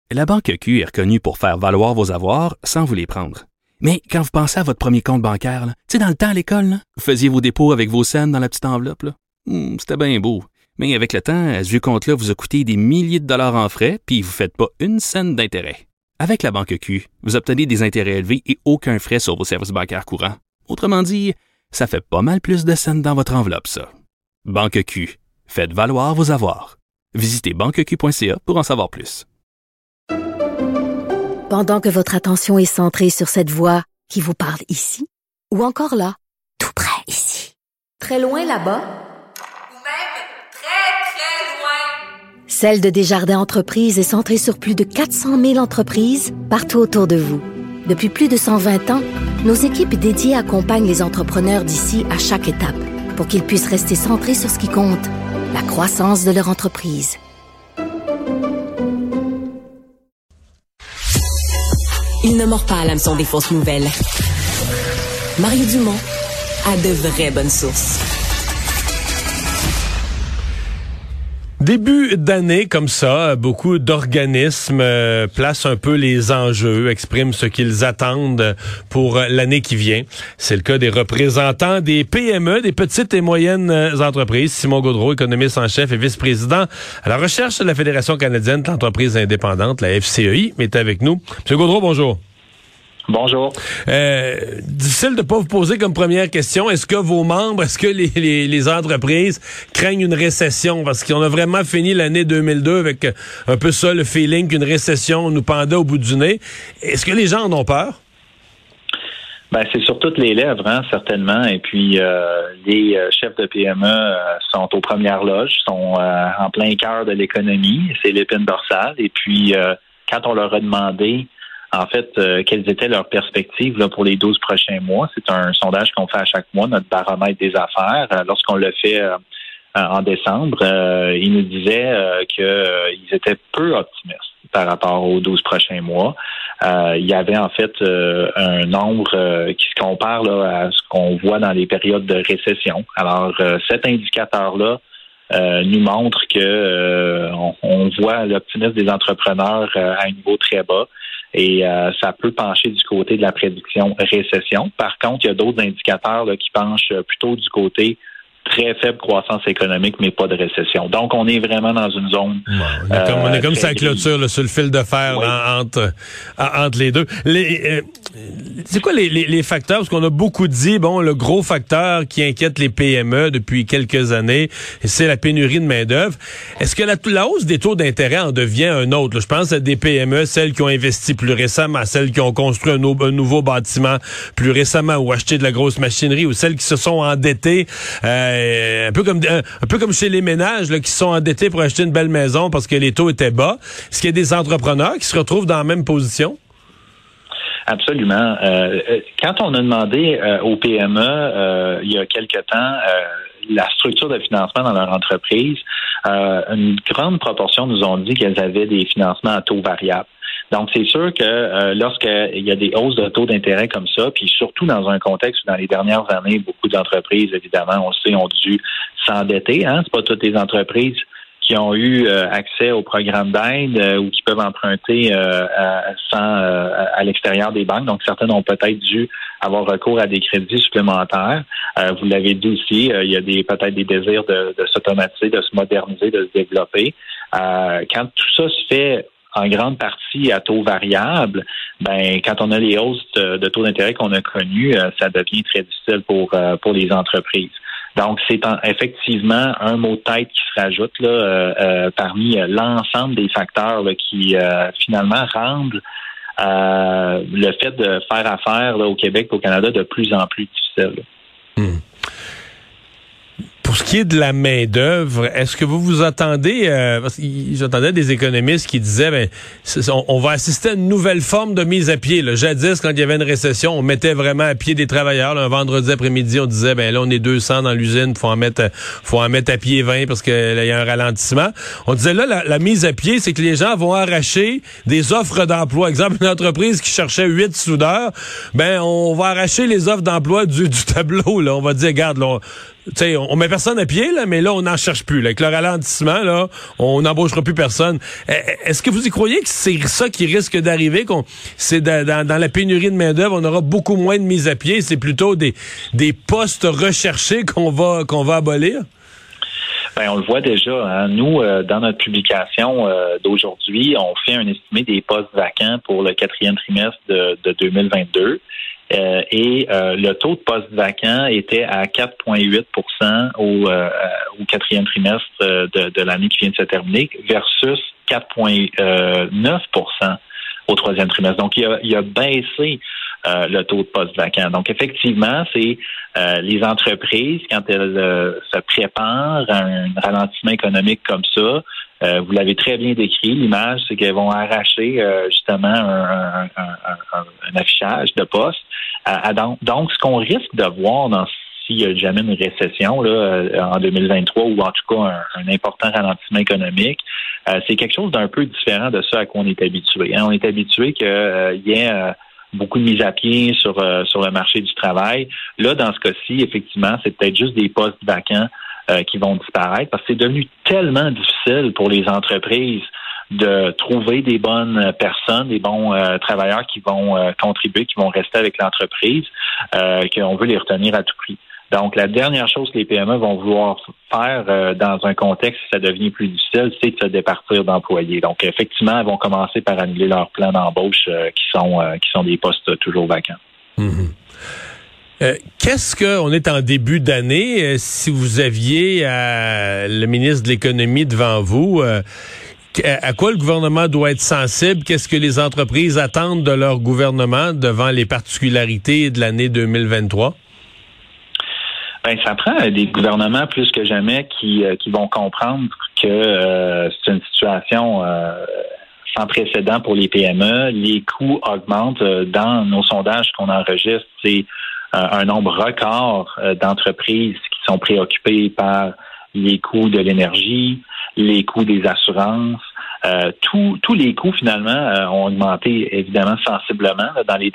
La Banque Q est reconnue pour faire valoir vos avoirs sans vous les prendre. Mais quand vous pensez à votre premier compte bancaire, tu sais, dans le temps à l'école, là, vous faisiez vos dépôts avec vos scènes dans la petite enveloppe. Là. C'était bien beau. Mais avec le temps, ce vieux compte-là vous a coûté des milliers de dollars en frais, puis vous ne faites pas une scène d'intérêt. Avec la Banque Q, vous obtenez des intérêts élevés et aucun frais sur vos services bancaires courants. Autrement dit, ça fait pas mal plus de scènes dans votre enveloppe, ça. Banque Q. Faites valoir vos avoirs. Visitez banqueq.ca pour en savoir plus. Pendant que votre attention est centrée sur cette voix qui vous parle ici, ou encore là, tout près ici, très loin là-bas, ou même très, très loin, Celle de Desjardins Entreprises est centrée sur plus de 400 000 entreprises partout autour de vous. Depuis plus de 120 ans, nos équipes dédiées accompagnent les entrepreneurs d'ici à chaque étape pour qu'ils puissent rester centrés sur ce qui compte, la croissance de leur entreprise. Il ne mord pas à l'hameçon des fausses nouvelles. Mario Dumont a de vraies bonnes sources. Début d'année comme ça, beaucoup d'organismes placent un peu les enjeux, expriment ce qu'ils attendent pour l'année qui vient. C'est le cas des représentants des PME, des petites et moyennes entreprises. Simon Gaudreault, économiste en chef et vice-président à la recherche de la Fédération canadienne de l'entreprise indépendante, la FCEI, est avec nous. Monsieur Gaudreault, bonjour. Bonjour. Difficile de pas vous poser comme première question, est-ce que vos membres, est-ce que les entreprises craignent une récession? Parce qu'on a vraiment fini l'année 2002 avec un peu ça, le feeling qu'une récession nous pendait au bout du nez. Est-ce que les gens en ont peur? Ben, c'est sur toutes les lèvres, hein, certainement. Et puis, les chefs de PME sont aux premières loges, sont en plein cœur de l'économie. C'est l'épine dorsale. Et puis, quand on leur a demandé en fait, quelles étaient leurs perspectives là, pour les 12 prochains mois. C'est un sondage qu'on fait à chaque mois, notre baromètre des affaires. Lorsqu'on le fait en décembre, ils nous disaient qu'ils étaient peu optimistes par rapport aux 12 prochains mois. Il y avait en fait un nombre qui se compare là, à ce qu'on voit dans les périodes de récession. Alors, cet indicateur-là nous montre que on voit l'optimisme des entrepreneurs à un niveau très bas. Et ça peut pencher du côté de la prédiction récession. Par contre, il y a d'autres indicateurs là, qui penchent plutôt du côté très faible croissance économique, mais pas de récession. Donc, on est vraiment dans une zone... on est comme sa clôture là, sur le fil de fer oui. entre les deux. C'est quoi les facteurs? Parce qu'on a beaucoup dit, le gros facteur qui inquiète les PME depuis quelques années, c'est la pénurie de main-d'œuvre. Est-ce que la hausse des taux d'intérêt en devient un autre? Là, je pense à des PME, celles qui ont investi plus récemment, celles qui ont construit un nouveau bâtiment plus récemment ou acheté de la grosse machinerie, ou celles qui se sont endettées un peu comme chez les ménages là, qui sont endettés pour acheter une belle maison parce que les taux étaient bas. Est-ce qu'il y a des entrepreneurs qui se retrouvent dans la même position? Absolument. Quand on a demandé aux PME il y a quelque temps la structure de financement dans leur entreprise, une grande proportion nous ont dit qu'elles avaient des financements à taux variables. Donc, c'est sûr que lorsqu'il y a des hausses de taux d'intérêt comme ça, puis surtout dans un contexte où dans les dernières années, beaucoup d'entreprises, évidemment, on le sait, ont dû s'endetter. Hein? C'est pas toutes les entreprises qui ont eu accès au programme d'aide ou qui peuvent emprunter à l'extérieur des banques. Donc, certaines ont peut-être dû avoir recours à des crédits supplémentaires. Vous l'avez dit aussi, il y a peut-être des désirs de s'automatiser, de se moderniser, de se développer. Quand tout ça se fait en grande partie à taux variable, quand on a les hausses de taux d'intérêt qu'on a connues, ça devient très difficile pour les entreprises. Donc, c'est effectivement un mot de tête qui se rajoute là, parmi l'ensemble des facteurs là, qui finalement rendent le fait de faire affaire là, au Québec et au Canada de plus en plus difficile. Pour ce qui est de la main-d'œuvre, est-ce que vous attendez, parce que j'entendais des économistes qui disaient, on va assister à une nouvelle forme de mise à pied. Là. Jadis, quand il y avait une récession, on mettait vraiment à pied des travailleurs. Là, un vendredi après-midi, on disait, là, on est 200 dans l'usine, faut en mettre à pied 20 parce que là, il y a un ralentissement. On disait là, la mise à pied, c'est que les gens vont arracher des offres d'emploi. Exemple, une entreprise qui cherchait 8 soudeurs, on va arracher les offres d'emploi du tableau. Là, on va dire, regarde, là, sais, on met personne à pied, là, mais là, on n'en cherche plus. Là. Avec le ralentissement, là, on n'embauchera plus personne. Est-ce que vous y croyez que c'est ça qui risque d'arriver, c'est dans la pénurie de main-d'œuvre, on aura beaucoup moins de mise à pied, c'est plutôt des postes recherchés qu'on va abolir? Ben, on le voit déjà. Hein. Nous, dans notre publication d'aujourd'hui, on fait un estimé des postes vacants pour le 4e trimestre de 2022. Et le taux de postes vacants était à 4,8 au 4e trimestre de l'année qui vient de se terminer versus 4,9 au 3e trimestre. Donc, il a baissé le taux de postes vacants. Donc, effectivement, c'est les entreprises, quand elles se préparent à un ralentissement économique comme ça, vous l'avez très bien décrit, l'image, c'est qu'elles vont arracher justement un affichage de postes. Donc, ce qu'on risque de voir s'il y a jamais une récession là, en 2023 ou en tout cas un important ralentissement économique, c'est quelque chose d'un peu différent de ce à quoi on est habitué. Hein. On est habitué qu'il y ait beaucoup de mise à pied sur le marché du travail. Là, dans ce cas-ci, effectivement, c'est peut-être juste des postes vacants qui vont disparaître parce que c'est devenu tellement difficile pour les entreprises de trouver des bonnes personnes, des bons travailleurs qui vont contribuer, qui vont rester avec l'entreprise, qu'on veut les retenir à tout prix. Donc, la dernière chose que les PME vont vouloir faire dans un contexte où ça devient plus difficile, c'est de se départir d'employés. Donc, effectivement, elles vont commencer par annuler leurs plans d'embauche qui sont des postes toujours vacants. Mm-hmm. Qu'est-ce qu'on est en début d'année? Si vous aviez le ministre de l'Économie devant vous, à quoi le gouvernement doit être sensible? Qu'est-ce que les entreprises attendent de leur gouvernement devant les particularités de l'année 2023? Ben, ça prend des gouvernements plus que jamais qui vont comprendre que c'est une situation sans précédent pour les PME. Les coûts augmentent. Dans nos sondages qu'on enregistre, c'est un nombre record d'entreprises qui sont préoccupées par les coûts de l'énergie, les coûts des assurances. Tous les coûts finalement ont augmenté évidemment sensiblement là, dans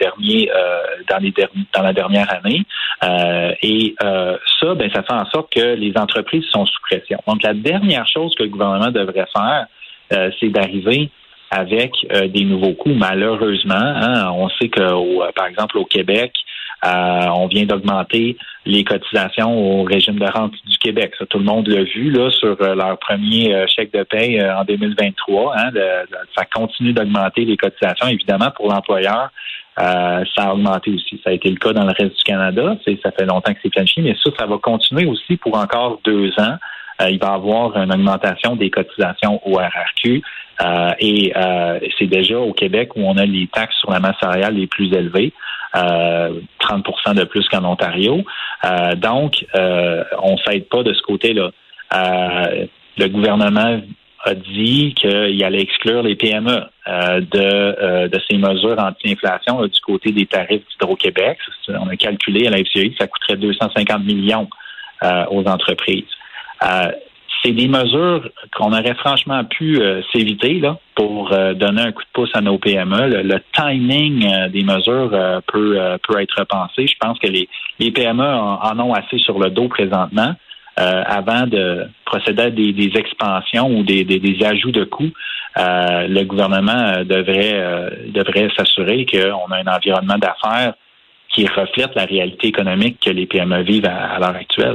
la dernière année et ça fait en sorte que les entreprises sont sous pression. Donc la dernière chose que le gouvernement devrait faire, c'est d'arriver avec des nouveaux coûts. Malheureusement, hein, on sait que par exemple au Québec, on vient d'augmenter les cotisations au régime de rente du Québec. Ça, tout le monde l'a vu là sur leur premier chèque de paie en 2023. Hein, ça continue d'augmenter les cotisations. Évidemment, pour l'employeur, ça a augmenté aussi. Ça a été le cas dans le reste du Canada. Ça fait longtemps que c'est planifié, mais ça va continuer aussi pour encore 2 ans. Il va y avoir une augmentation des cotisations au RRQ. Et c'est déjà au Québec où on a les taxes sur la masse salariale les plus élevées. 30% de plus qu'en Ontario. Donc, on ne s'aide pas de ce côté-là. Le gouvernement a dit qu'il allait exclure les PME de ces mesures anti-inflation du côté des tarifs d'Hydro-Québec. On a calculé à la FCI que ça coûterait 250 millions aux entreprises. C'est des mesures qu'on aurait franchement pu s'éviter là pour donner un coup de pouce à nos PME. Le timing des mesures peut être repensé. Je pense que les PME en ont assez sur le dos présentement. Avant de procéder à des expansions ou des ajouts de coûts, le gouvernement devrait s'assurer qu'on a un environnement d'affaires qui reflète la réalité économique que les PME vivent à l'heure actuelle.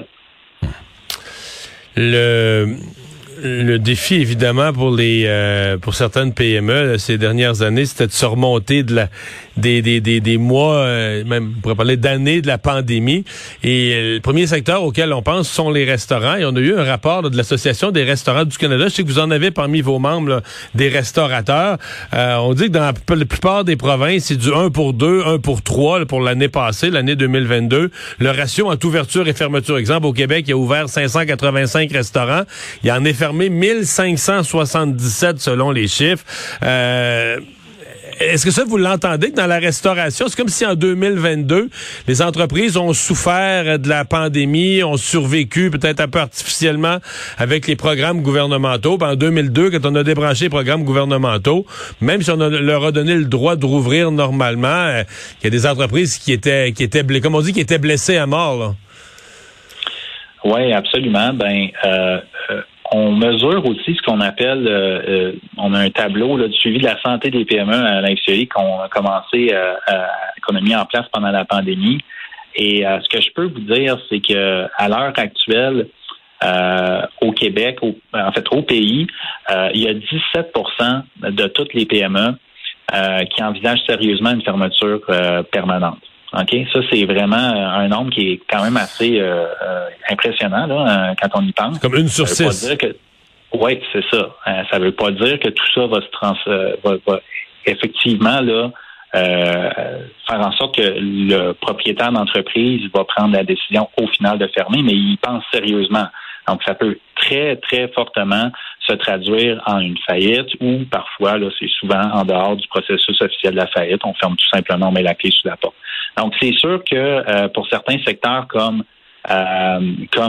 Le défi, évidemment, pour certaines PME ces dernières années, c'était de se remonter des mois, même on pourrait parler d'années de la pandémie. Et le premier secteur auquel on pense sont les restaurants. Et on a eu un rapport de l'Association des restaurants du Canada. Je sais que vous en avez parmi vos membres là, des restaurateurs. On dit que dans la plupart des provinces, c'est du 1 pour 2, 1 pour 3 là, pour l'année passée, l'année 2022. Le ratio entre ouverture et fermeture. Exemple, au Québec, il y a ouvert 585 restaurants. Il y en a fermé 1577 selon les chiffres. Est-ce que ça, vous l'entendez, que dans la restauration, c'est comme si en 2022, les entreprises ont souffert de la pandémie, ont survécu peut-être un peu artificiellement avec les programmes gouvernementaux. Puis en 2002, quand on a débranché les programmes gouvernementaux, même si on leur a donné le droit de rouvrir normalement, il y a des entreprises qui étaient blessées à mort, là. Oui, absolument. On mesure aussi ce qu'on appelle, on a un tableau là, du suivi de la santé des PME à la FCI qu'on a commencé, qu'on a mis en place pendant la pandémie. Et ce que je peux vous dire, c'est que à l'heure actuelle, au Québec, au pays, il y a 17% de toutes les PME qui envisagent sérieusement une fermeture permanente. OK? Ça, c'est vraiment un nombre qui est quand même assez impressionnant là, quand on y pense. Comme 1 sur 6. Oui, c'est ça. Ça veut pas dire que tout ça va effectivement là faire en sorte que le propriétaire d'entreprise va prendre la décision au final de fermer, mais il pense sérieusement. Donc, ça peut très, très fortement se traduire en une faillite ou parfois, là, c'est souvent en dehors du processus officiel de la faillite. On ferme tout simplement, on met la clé sous la porte. Donc, c'est sûr que pour certains secteurs comme la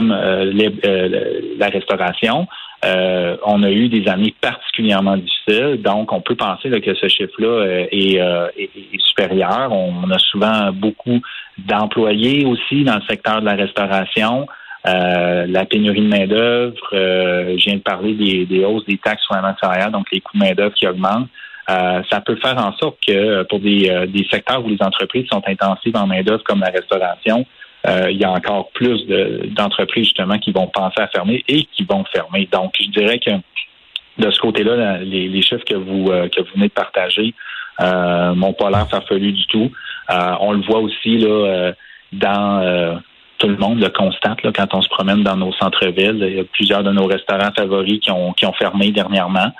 restauration, on a eu des années particulièrement difficiles. Donc, on peut penser là, que ce chiffre-là est supérieur. On a souvent beaucoup d'employés aussi dans le secteur de la restauration. La pénurie de main-d'œuvre, je viens de parler des hausses des taxes sur la masse salariale, donc les coûts de main-d'œuvre qui augmentent. Ça peut faire en sorte que pour des secteurs où les entreprises sont intensives en main-d'œuvre comme la restauration, il y a encore plus d'entreprises justement qui vont penser à fermer et qui vont fermer. Donc, je dirais que de ce côté-là, les chiffres que vous venez de partager m'ont pas l'air farfelus du tout. On le voit aussi là dans tout le monde le constate là, quand on se promène dans nos centres-villes. Il y a plusieurs de nos restaurants favoris qui ont fermé dernièrement.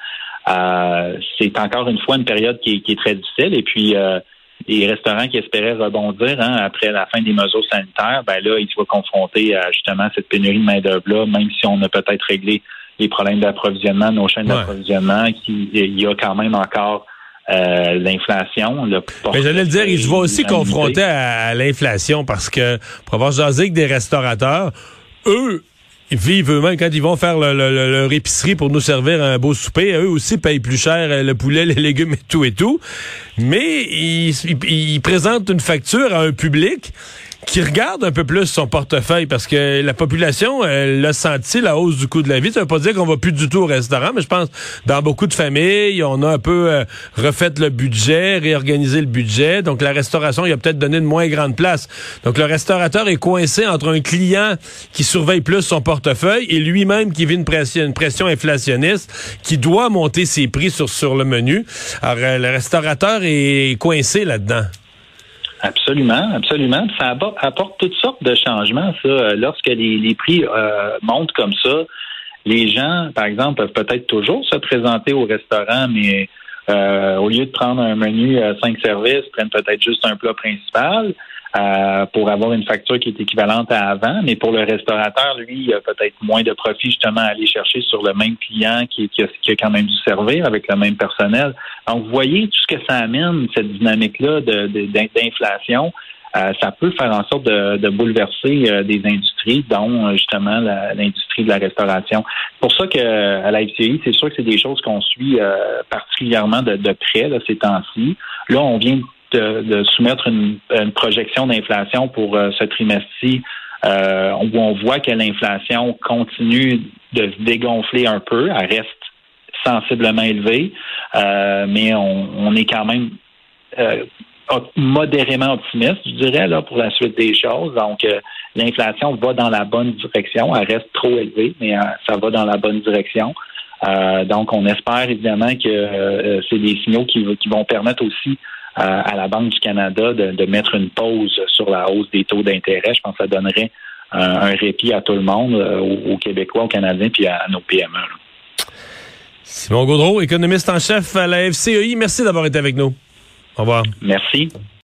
C'est encore une fois une période qui est très difficile. Et puis, les restaurants qui espéraient rebondir après la fin des mesures sanitaires, là, ils se voient confrontés à justement cette pénurie de main-d'œuvre-là, même si on a peut-être réglé les problèmes d'approvisionnement, nos chaînes d'approvisionnement, il y a quand même encore l'inflation. Mais j'allais le dire, ils se voient aussi confrontés à l'inflation parce que pour avoir jasé avec des restaurateurs, eux, ils vivent eux-mêmes quand ils vont faire leur épicerie pour nous servir un beau souper. Eux aussi payent plus cher le poulet, les légumes et tout. Mais ils présentent une facture à un public qui regarde un peu plus son portefeuille parce que la population, elle a senti la hausse du coût de la vie. Ça veut pas dire qu'on va plus du tout au restaurant, mais je pense dans beaucoup de familles, on a un peu refait le budget, réorganisé le budget. Donc la restauration, il a peut-être donné une moins grande place. Donc le restaurateur est coincé entre un client qui surveille plus son portefeuille et lui-même qui vit une pression inflationniste, qui doit monter ses prix sur le menu. Alors le restaurateur est coincé là-dedans. Absolument, absolument. Ça apporte toutes sortes de changements, ça. Lorsque les prix montent comme ça, les gens, par exemple, peuvent peut-être toujours se présenter au restaurant, mais au lieu de prendre un menu 5 services, prennent peut-être juste un plat principal pour avoir une facture qui est équivalente à avant. Mais pour le restaurateur, lui, il a peut-être moins de profit justement à aller chercher sur le même client qui a quand même dû servir avec le même personnel. Donc, vous voyez tout ce que ça amène, cette dynamique-là d'inflation. Ça peut faire en sorte de bouleverser des industries, dont justement l'industrie de la restauration. C'est pour ça qu'à la FCI, c'est sûr que c'est des choses qu'on suit particulièrement de près là, ces temps-ci. Là, on vient de soumettre une projection d'inflation pour ce trimestre-ci où on voit que l'inflation continue de se dégonfler un peu. Elle reste sensiblement élevée, mais on est quand même modérément optimiste, je dirais, là, pour la suite des choses. Donc, l'inflation va dans la bonne direction. Elle reste trop élevée, mais ça va dans la bonne direction. Donc, on espère évidemment que c'est des signaux qui vont permettre aussi à la Banque du Canada de mettre une pause sur la hausse des taux d'intérêt. Je pense que ça donnerait un répit à tout le monde, aux Québécois, aux Canadiens, puis à nos PME. Là. Simon Gaudreault, économiste en chef à la FCEI. Merci d'avoir été avec nous. Au revoir. Merci.